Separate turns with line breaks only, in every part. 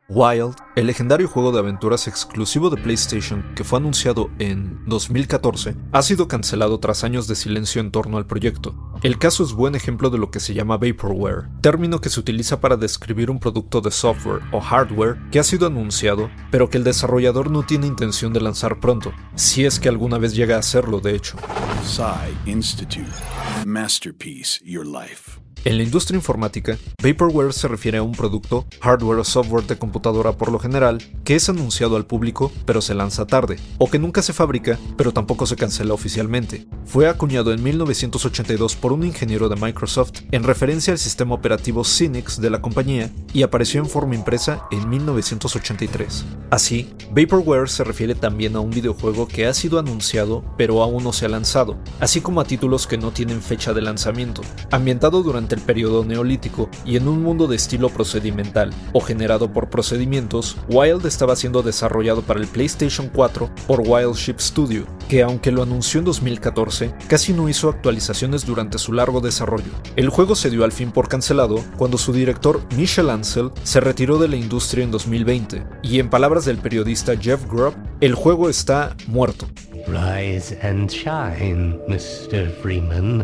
Wild, el legendario juego de aventuras exclusivo de PlayStation que fue anunciado en 2014, ha sido cancelado tras años de silencio en torno al proyecto. El caso es buen ejemplo de lo que se llama vaporware, término que se utiliza para describir un producto de software o hardware que ha sido anunciado, pero que el desarrollador no tiene intención de lanzar pronto, si es que alguna vez llega a hacerlo de hecho.
Psy Institute. Masterpiece Your Life.
En la industria informática, vaporware se refiere a un producto, hardware o software de computadora por lo general, que es anunciado al público pero se lanza tarde, o que nunca se fabrica pero tampoco se cancela oficialmente. Fue acuñado en 1982 por un ingeniero de Microsoft en referencia al sistema operativo Xenix de la compañía y apareció en forma impresa en 1983. Así, vaporware se refiere también a un videojuego que ha sido anunciado pero aún no se ha lanzado, así como a títulos que no tienen fecha de lanzamiento, ambientado durante el periodo neolítico y en un mundo de estilo procedimental o generado por procedimientos. Wild estaba siendo desarrollado para el PlayStation 4 por Wild Ship Studio, que aunque lo anunció en 2014, casi no hizo actualizaciones durante su largo desarrollo. El juego se dio al fin por cancelado cuando su director Michel Ancel se retiró de la industria en 2020, y en palabras del periodista Jeff Grubb, el juego está muerto.
Rise and shine, Mr. Freeman.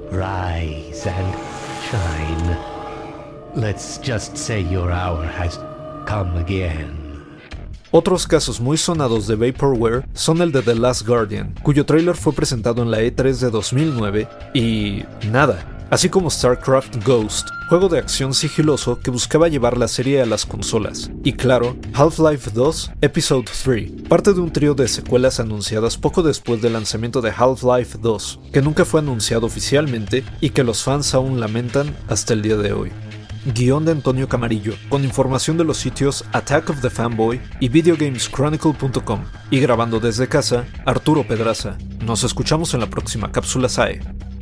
Rise and shine. Let's just say your hour has come again.
Otros casos muy sonados de vaporware son el de The Last Guardian, cuyo tráiler fue presentado en la E3 de 2009 y nada. Así como StarCraft Ghost, juego de acción sigiloso que buscaba llevar la serie a las consolas. Y claro, Half-Life 2 Episode 3, parte de un trío de secuelas anunciadas poco después del lanzamiento de Half-Life 2, que nunca fue anunciado oficialmente y que los fans aún lamentan hasta el día de hoy. Guión de Antonio Camarillo, con información de los sitios Attack of the Fanboy y VideoGamesChronicle.com. Y grabando desde casa, Arturo Pedraza. Nos escuchamos en la próxima cápsula SAE.